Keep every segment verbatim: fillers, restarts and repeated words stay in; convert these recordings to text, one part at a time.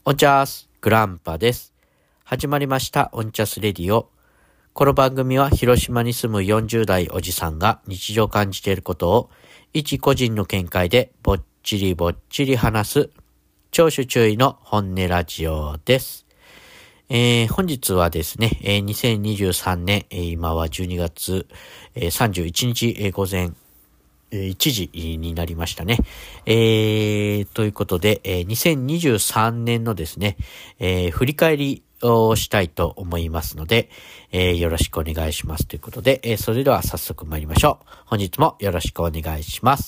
オンチャースグランパです。始まりましたオンチャスレディオ。この番組は広島に住むよんじゅう代おじさんが日常感じていることを一個人の見解でぼっちりぼっちり話す聴取注意の本音ラジオです。えー、本日はですね、えー、にせんにじゅうさんねん、えー、今はじゅうにがつ、えー、さんじゅういちにち、えー、午前いちじになりましたね。えー、ということで、えー、にせんにじゅうさんねんのですね、えー、振り返りをしたいと思いますので、えー、よろしくお願いしますということで、えー、それでは早速参りましょう。本日もよろしくお願いします。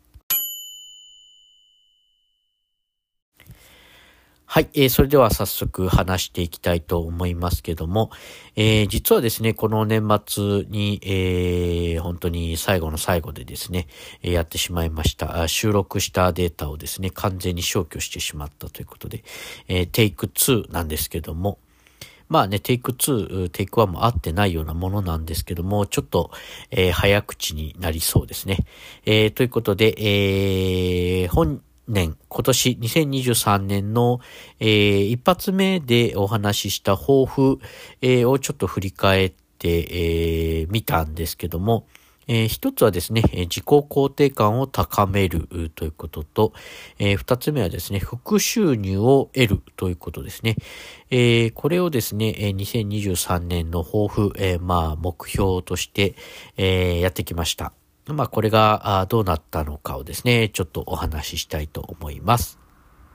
はい、えー、それでは早速話していきたいと思いますけども、えー、実はですね、この年末に、えー、本当に最後の最後でですね、えー、やってしまいました。収録したデータをですね、完全に消去してしまったということで、えー、テイクツーなんですけども、まあね、テイクツー、テイクワンも合ってないようなものなんですけども、ちょっと、えー、早口になりそうですね。えー、ということで、えー、本年、今年にせんにじゅうさんねんの、えー、一発目でお話しした抱負、えー、をちょっと振り返ってみ、えー、たんですけども、えー、一つはですね、自己肯定感を高めるということと、えー、二つ目はですね、副収入を得るということですね。えー、これをですね、にせんにじゅうさんねんの抱負、えー、まあ目標として、えー、やってきました。まあこれがどうなったのかをですね、ちょっとお話ししたいと思います。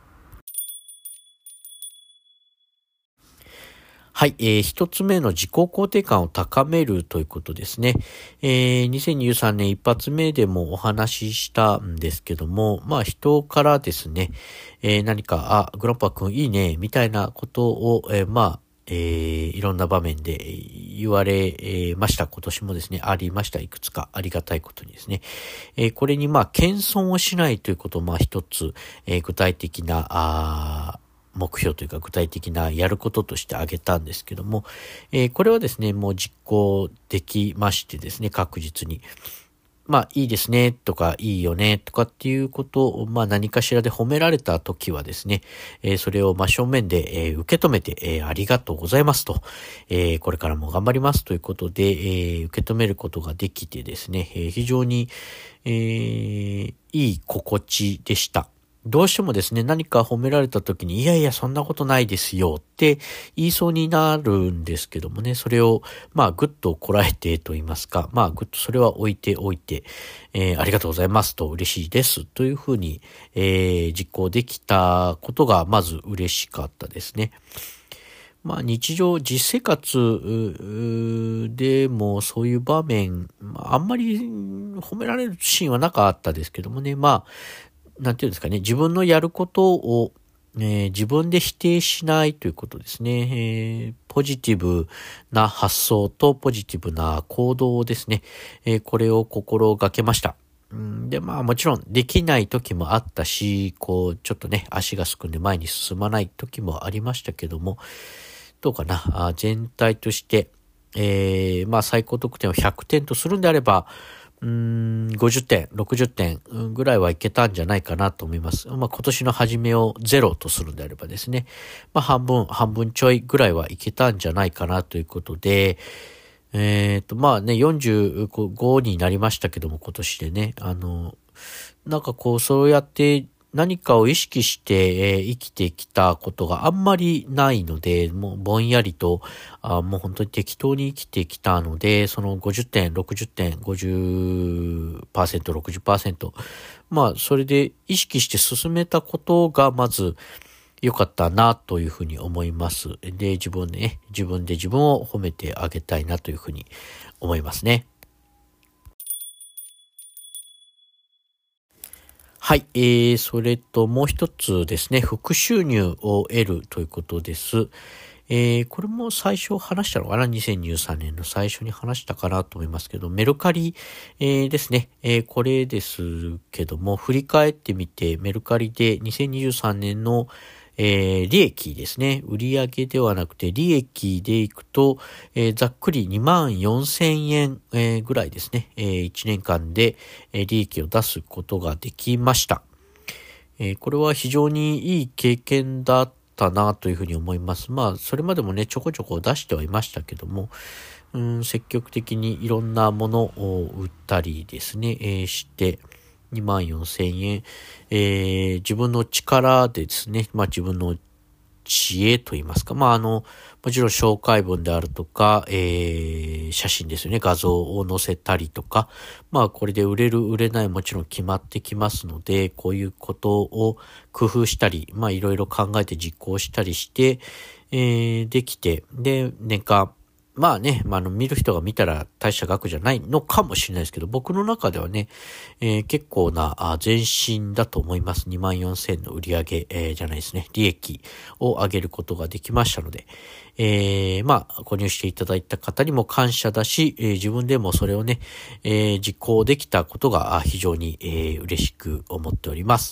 はい、えー、一つ目の自己肯定感を高めるということですね。えー、にせんにじゅうさんねん一発目でもお話ししたんですけども、まあ人からですね、えー、何か、あ、グランパ君いいね、みたいなことを、えー、まあ、えー、いろんな場面で言われました。今年もですね、ありました。いくつかありがたいことにですね。えー、これにまあ、謙遜をしないということをまあ一つ、えー、具体的な、あ目標というか具体的なやることとして挙げたんですけども、えー、これはですね、もう実行できましてですね、確実に。まあ、いいですね、とか、いいよね、とかっていうことを、まあ何かしらで褒められたときはですね、えー、それを真正面で、えー、受け止めて、えー、ありがとうございますと、えー、これからも頑張りますということで、えー、受け止めることができてですね、えー、非常に、えー、いい心地でした。どうしてもですね、何か褒められた時に、いやいや、そんなことないですよって言いそうになるんですけどもね、それを、まあ、ぐっとこらえてと言いますか、まあ、ぐっとそれは置いておいて、えー、ありがとうございますと嬉しいですというふうに、えー、実行できたことが、まず嬉しかったですね。まあ日常、実生活でもそういう場面、あんまり褒められるシーンはなかったですけどもね、まあ、なんていうんですかね、自分のやることを、えー、自分で否定しないということですね、えー。ポジティブな発想とポジティブな行動ですね。えー、これを心がけました。で、まあもちろんできない時もあったし、こう、ちょっとね、足がすくんで前に進まない時もありましたけども、どうかな、あ全体として、えー、まあ最高得点をひゃくてんとするんであれば、うーん、ごじゅってん、ろくじゅってんぐらいはいけたんじゃないかなと思います。まあ今年の初めをゼロとするんであればですね、まあ半分、半分ちょいぐらいはいけたんじゃないかなということで、えっと、まあね、よんじゅうごになりましたけども今年でね、あの、なんかこうそうやって何かを意識して、えー、生きてきたことがあんまりないので、もうぼんやりと、あもう本当に適当に生きてきたので、そのごじゅってん、ろくじゅってん、ごじゅっパーセント、ろくじゅっパーセント。まあ、それで意識して進めたことがまず良かったなというふうに思います。で、自分ね、自分で自分を褒めてあげたいなというふうに思いますね。はい、えー、それともう一つですね、副収入を得るということです。えー、これも最初話したのかな ?にせんにじゅうさんねんの最初に話したかなと思いますけど、メルカリ、えー、ですね、えー、これですけども、振り返ってみて、メルカリでにせんにじゅうさんねんのえー、利益ですね。売上ではなくて利益でいくと、えー、ざっくりにまんよんせんえん、えー、ぐらいですね。えー、いちねんかんで、えー、利益を出すことができました。えー、これは非常にいい経験だったったなというふうに思います。まあ、それまでもね、ちょこちょこ出してはいましたけども、うん、積極的にいろんなものを売ったりですね、えー、して、にまんよんせんえん、えー、自分の力でですね、まあ自分の知恵といいますか、まああの、もちろん紹介文であるとか、えー、写真ですよね、画像を載せたりとか、まあこれで売れる売れないもちろん決まってきますので、こういうことを工夫したり、まあいろいろ考えて実行したりして、えー、できて、で、年間、まあね、まあ、あの、見る人が見たら大した額じゃないのかもしれないですけど、僕の中ではね、えー、結構なあ前進だと思います。にまんよんせんの売り上げ、えー、じゃないですね、利益を上げることができましたので、えー、まあ、購入していただいた方にも感謝だし、えー、自分でもそれをね、えー、実行できたことが非常に、えー、嬉しく思っております。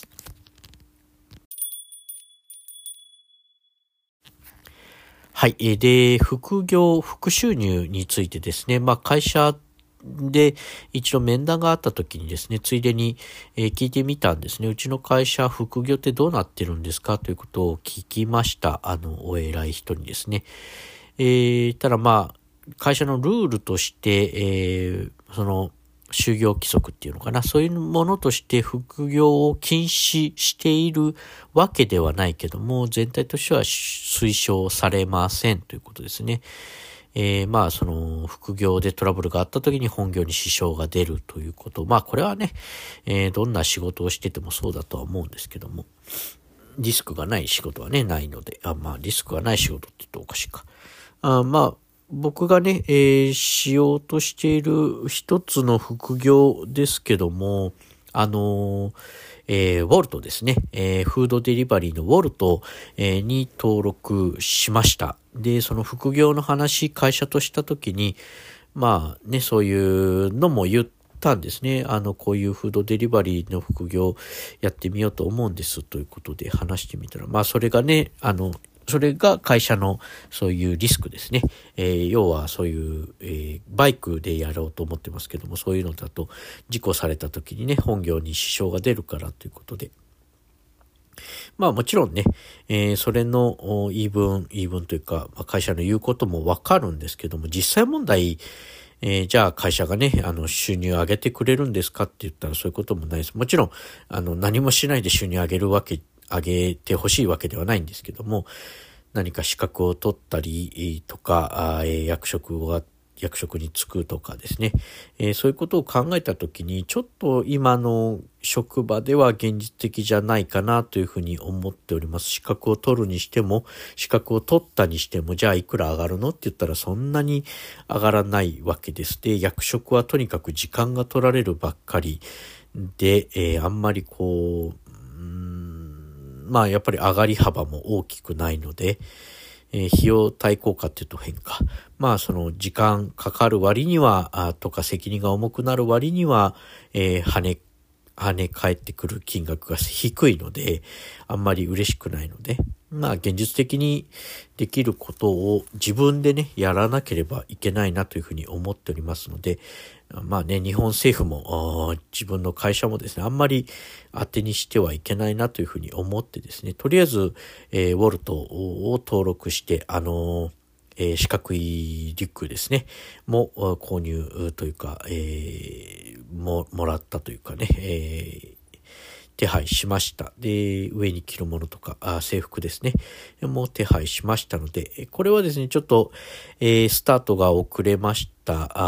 はい。で、副業、副収入についてですね、まあ会社で一度面談があった時にですね、ついでに、えー聞いてみたんですね。うちの会社、副業ってどうなってるんですかということを聞きました。あの、お偉い人にですね。えー、ただまあ、会社のルールとして、えー、その、就業規則っていうのかな。そういうものとして副業を禁止しているわけではないけども、全体としては推奨されませんということですね。えー、まあ、その、副業でトラブルがあった時に本業に支障が出るということ。まあ、これはね、えー、どんな仕事をしててもそうだとは思うんですけども、リスクがない仕事はね、ないので、あ、まあ、リスクがない仕事って言うとおかしいか。あ、まあ、僕がね、えー、しようとしている一つの副業ですけども、あのー、えー、ウォルトですね、えー、フードデリバリーのウォルト、えー、に登録しました。で、その副業の話、会社としたときに、まあね、そういうのも言ったんですね。あの、こういうフードデリバリーの副業やってみようと思うんですということで話してみたら、まあそれがね、あの、それが会社のそういうリスクですね。えー、要はそういう、えー、バイクでやろうと思ってますけども、そういうのだと事故された時にね、本業に支障が出るからということで。まあもちろんね、えー、それの言い分、言い分というか、会社の言うこともわかるんですけども、実際問題、えー、じゃあ会社がね、あの、収入上げてくれるんですかって言ったらそういうこともないです。もちろん、あの、何もしないで収入上げるわけ、上げてほしいわけではないんですけども、何か資格を取ったりとか、あ役職が、役職に就くとかですね、えー、そういうことを考えたときに、ちょっと今の職場では現実的じゃないかなというふうに思っております。資格を取るにしても、資格を取ったにしても、じゃあいくら上がるのって言ったらそんなに上がらないわけです。で、役職はとにかく時間が取られるばっかりで、えー、あんまりこう、うーんまあやっぱり上がり幅も大きくないので、えー、費用対効果っていうと変か。まあその時間かかる割には、あとか責任が重くなる割には、えー、跳ね、跳ね返ってくる金額が低いので、あんまり嬉しくないので、まあ現実的にできることを自分でね、やらなければいけないなというふうに思っておりますので、まあね、日本政府も自分の会社もですね、あんまり当てにしてはいけないなというふうに思ってですね、とりあえず、えー、ウォルトを登録して、あのーえー、四角いリュックですね、も購入というか、えー、も、もらったというかね、えー手配しました。で、上に着るものとか、あ制服ですね。もう手配しましたので、これはですね、ちょっと、えー、スタートが遅れました。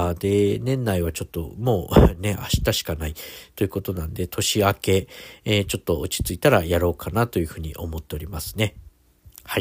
あで、年内はちょっともうね、明日しかないということなんで、年明け、えー、ちょっと落ち着いたらやろうかなというふうに思っておりますね。はい。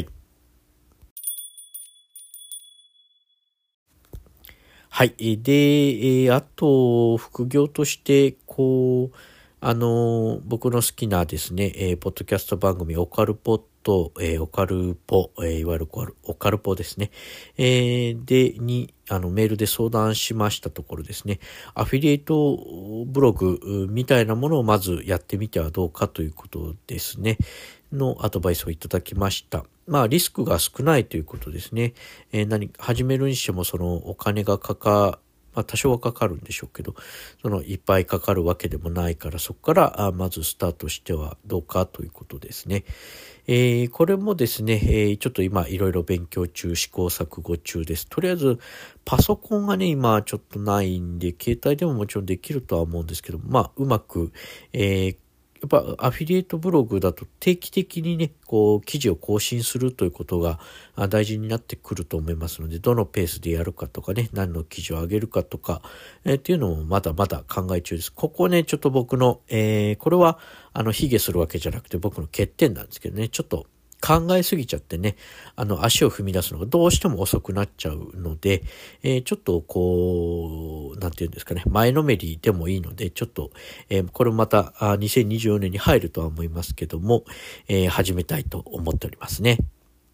はい。で、えー、あと、副業として、こう、あのー、僕の好きなですね、えー、ポッドキャスト番組、オカルポット、えー、オカルポ、えー、いわゆるオカルポですね、えー、で、に、あの、メールで相談しましたところですね、アフィリエイトブログみたいなものをまずやってみてはどうかということですね、のアドバイスをいただきました。まあ、リスクが少ないということですね。えー、何、始めるにしてもそのお金がかかまあ多少はかかるんでしょうけど、そのいっぱいかかるわけでもないから、そこからあまずスタートしてはどうかということですね。えー、これもですね、えー、ちょっと今いろいろ勉強中、試行錯誤中です。とりあえずパソコンがね、今ちょっとないんで、携帯でももちろんできるとは思うんですけど、まあうまく、えーやっぱアフィリエイトブログだと定期的にね、こう記事を更新するということが大事になってくると思いますので、どのペースでやるかとかね、何の記事を上げるかとか、えー、っていうのもまだまだ考え中です。ここね、ちょっと僕の、えー、これはあの、卑下するわけじゃなくて僕の欠点なんですけどね、ちょっと考えすぎちゃってね、あの、足を踏み出すのがどうしても遅くなっちゃうので、えー、ちょっとこう、なんていうんですかね、前のめりでもいいので、ちょっと、えー、これまたあにせんにじゅうよねんに入るとは思いますけども、えー、始めたいと思っておりますね。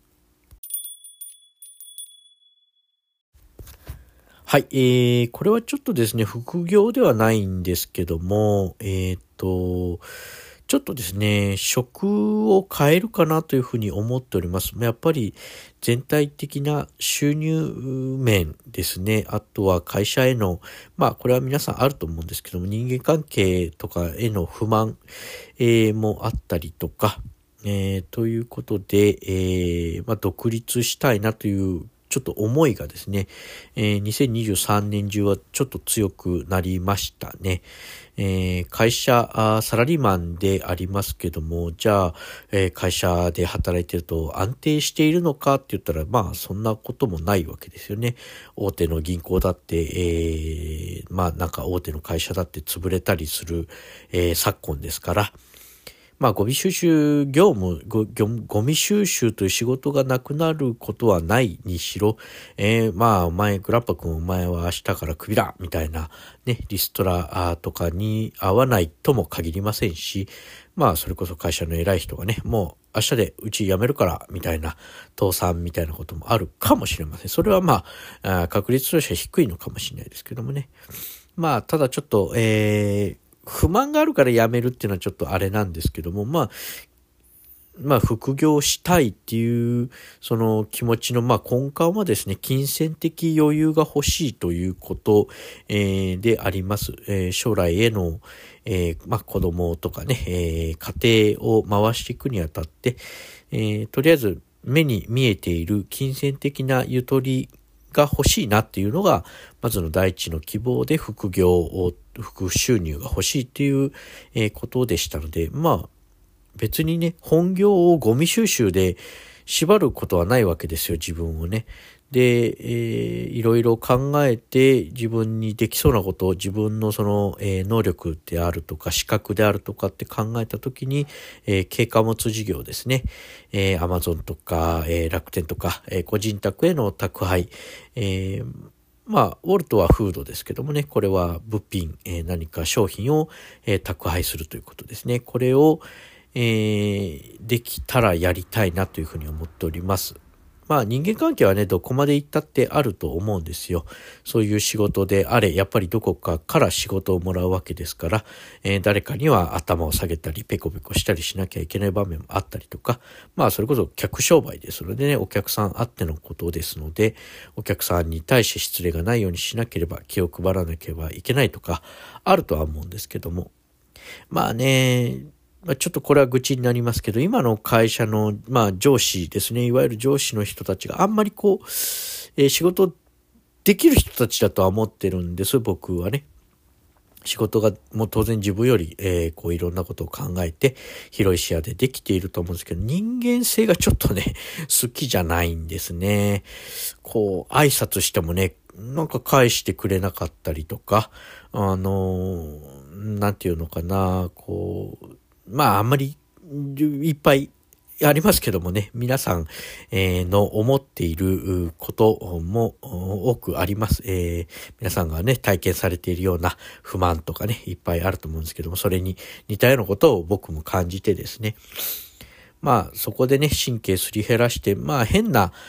はい、えー、これはちょっとですね、副業ではないんですけども、えっと、ちょっとですね、職を変えるかなというふうに思っております。やっぱり全体的な収入面ですね。あとは会社への、まあこれは皆さんあると思うんですけども、人間関係とかへの不満、えー、もあったりとか、えー、ということで、えーまあ、独立したいなというちょっと思いがですね、えー、にせんにじゅうさんねん中はちょっと強くなりましたね。えー、会社サラリーマンでありますけども、じゃあ、えー、会社で働いてると安定しているのかって言ったら、まあそんなこともないわけですよね。大手の銀行だって、えー、まあなんか大手の会社だって潰れたりする、えー、昨今ですから、まあ、ゴミ収集業務ゴ、ゴミ収集という仕事がなくなることはないにしろ、えー、まあ、お前、グラッパ君、お前は明日からクビだみたいな、ね、リストラとかに合わないとも限りませんし、まあ、それこそ会社の偉い人がね、もう明日でうち辞めるから、みたいな、倒産みたいなこともあるかもしれません。それはまあ、あ確率としては低いのかもしれないですけどもね。まあ、ただちょっと、えー、不満があるから辞めるっていうのはちょっとあれなんですけども、まあ、まあ、副業したいっていう、その気持ちの、まあ、根幹はですね、金銭的余裕が欲しいということ、えー、であります。えー、将来への、えー、まあ、子供とかね、えー、家庭を回していくにあたって、えー、とりあえず目に見えている金銭的なゆとりが欲しいなっていうのが、まずの第一の希望で副業を、副収入が欲しいっていう、えー、ことでしたので、まあ、別にね、本業をゴミ収集で縛ることはないわけですよ、自分をね。で、えー、いろいろ考えて自分にできそうなことを自分のその、えー、能力であるとか資格であるとかって考えたときに、えー、軽貨物事業ですね、えー、Amazon とか、えー、楽天とか、えー、個人宅への宅配、えーまあ、ウォルトはフードですけどもね、これは物品、えー、何か商品を、えー、宅配するということですね。これを、えー、できたらやりたいなというふうに思っております。まあ人間関係はね、どこまで行ったってあると思うんですよ。そういう仕事であれ、やっぱりどこかから仕事をもらうわけですから、えー、誰かには頭を下げたり、ペコペコしたりしなきゃいけない場面もあったりとか、まあそれこそ客商売ですのでね、お客さんあってのことですので、お客さんに対して失礼がないようにしなければ、気を配らなければいけないとか、あるとは思うんですけども。まあね、まあ、ちょっとこれは愚痴になりますけど、今の会社の、まあ、上司ですね、いわゆる上司の人たちがあんまりこう、えー、仕事できる人たちだとは思ってるんです、僕はね。仕事がもう当然自分より、えー、こういろんなことを考えて広い視野でできていると思うんですけど、人間性がちょっとね、好きじゃないんですね。こう、挨拶してもね、なんか返してくれなかったりとか、あのー、なんていうのかな、こう、まああんまりいっぱいありますけどもね、皆さん、えー、の思っていることも多くあります、えー。皆さんがね、体験されているような不満とかね、いっぱいあると思うんですけども、それに似たようなことを僕も感じてですね。まあそこでね、神経すり減らして、まあ変な、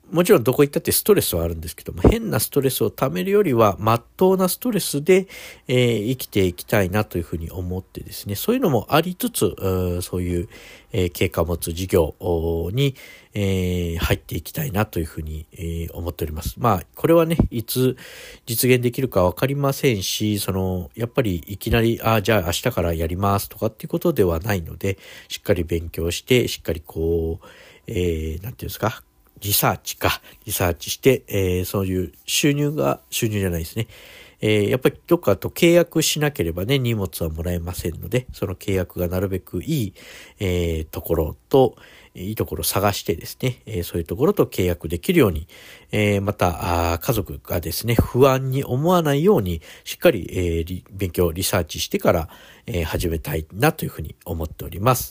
もちろんどこ行ったってストレスはあるんですけども、変なストレスを溜めるよりは、まっとうなストレスで、えー、生きていきたいなというふうに思ってですね、そういうのもありつつ、そういう、えー、経過持つ事業に、えー、入っていきたいなというふうに、えー、思っております。まあ、これはね、いつ実現できるかわかりませんし、その、やっぱりいきなり、あ、じゃあ明日からやりますとかっていうことではないので、しっかり勉強して、しっかりこう、えー、なんていうんですか、リサーチか、リサーチして、えー、そういう収入が、収入じゃないですね。えー、やっぱりどっかと契約しなければね、荷物はもらえませんので、その契約がなるべくいい、えー、ところと、いいところを探してですね、えー、そういうところと契約できるように、えー、また、あ家族がですね、不安に思わないように、しっかり、えー、勉強、リサーチしてから、えー、始めたいなというふうに思っております。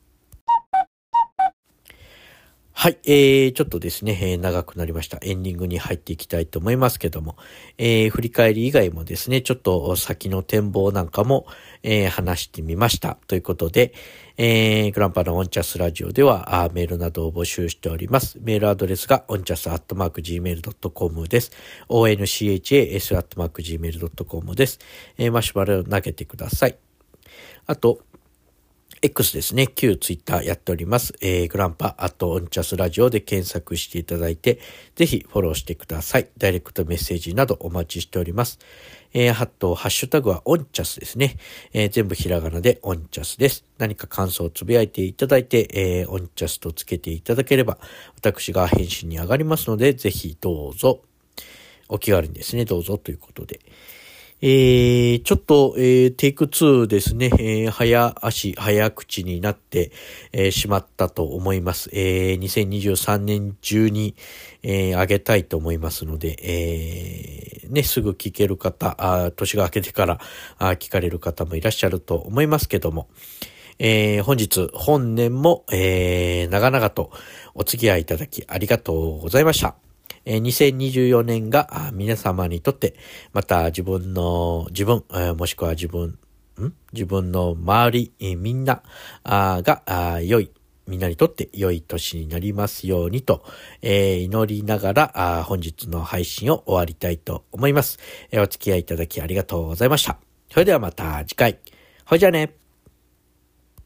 はい、えー、ちょっとですね、えー、長くなりました。エンディングに入っていきたいと思いますけども、えー、振り返り以外もですね、ちょっと先の展望なんかも、えー、話してみました。ということで、えー、グランパのオンチャスラジオではメールなどを募集しております。メールアドレスがオンチャスアットマークジーメールドットコム です。オーエヌシーエイチエーエス アットマークジーメールドットコム です。えー、マシュマロを投げてください。あと、X ですね。旧ツイッターやっております。えー、グランパアットオンチャスラジオで検索していただいて、ぜひフォローしてください。ダイレクトメッセージなどお待ちしております。えー、ハット、ハッシュタグはオンチャスですね。えー、全部ひらがなでオンチャスです。何か感想をつぶやいていただいて、えー、オンチャスとつけていただければ、私が返信に上がりますので、ぜひどうぞ。お気軽にですね、どうぞということで。えー、ちょっと、えー、テイクツーですね、えー、早足、早口になって、えー、しまったと思います。えー、にせんにじゅうさんねん中に、えー、上げたいと思いますので、えー、ね、すぐ聞ける方、あ年が明けてからあ聞かれる方もいらっしゃると思いますけども、えー、本日、本年も、えー、長々とお付き合いいただきありがとうございました。にせんにじゅうよねんが皆様にとって、また自分の、自分、もしくは自分、ん自分の周り、みんなが良い、みんなにとって良い年になりますようにと、えー、祈りながら本日の配信を終わりたいと思います。お付き合いいただきありがとうございました。それではまた次回。ほいじゃあね。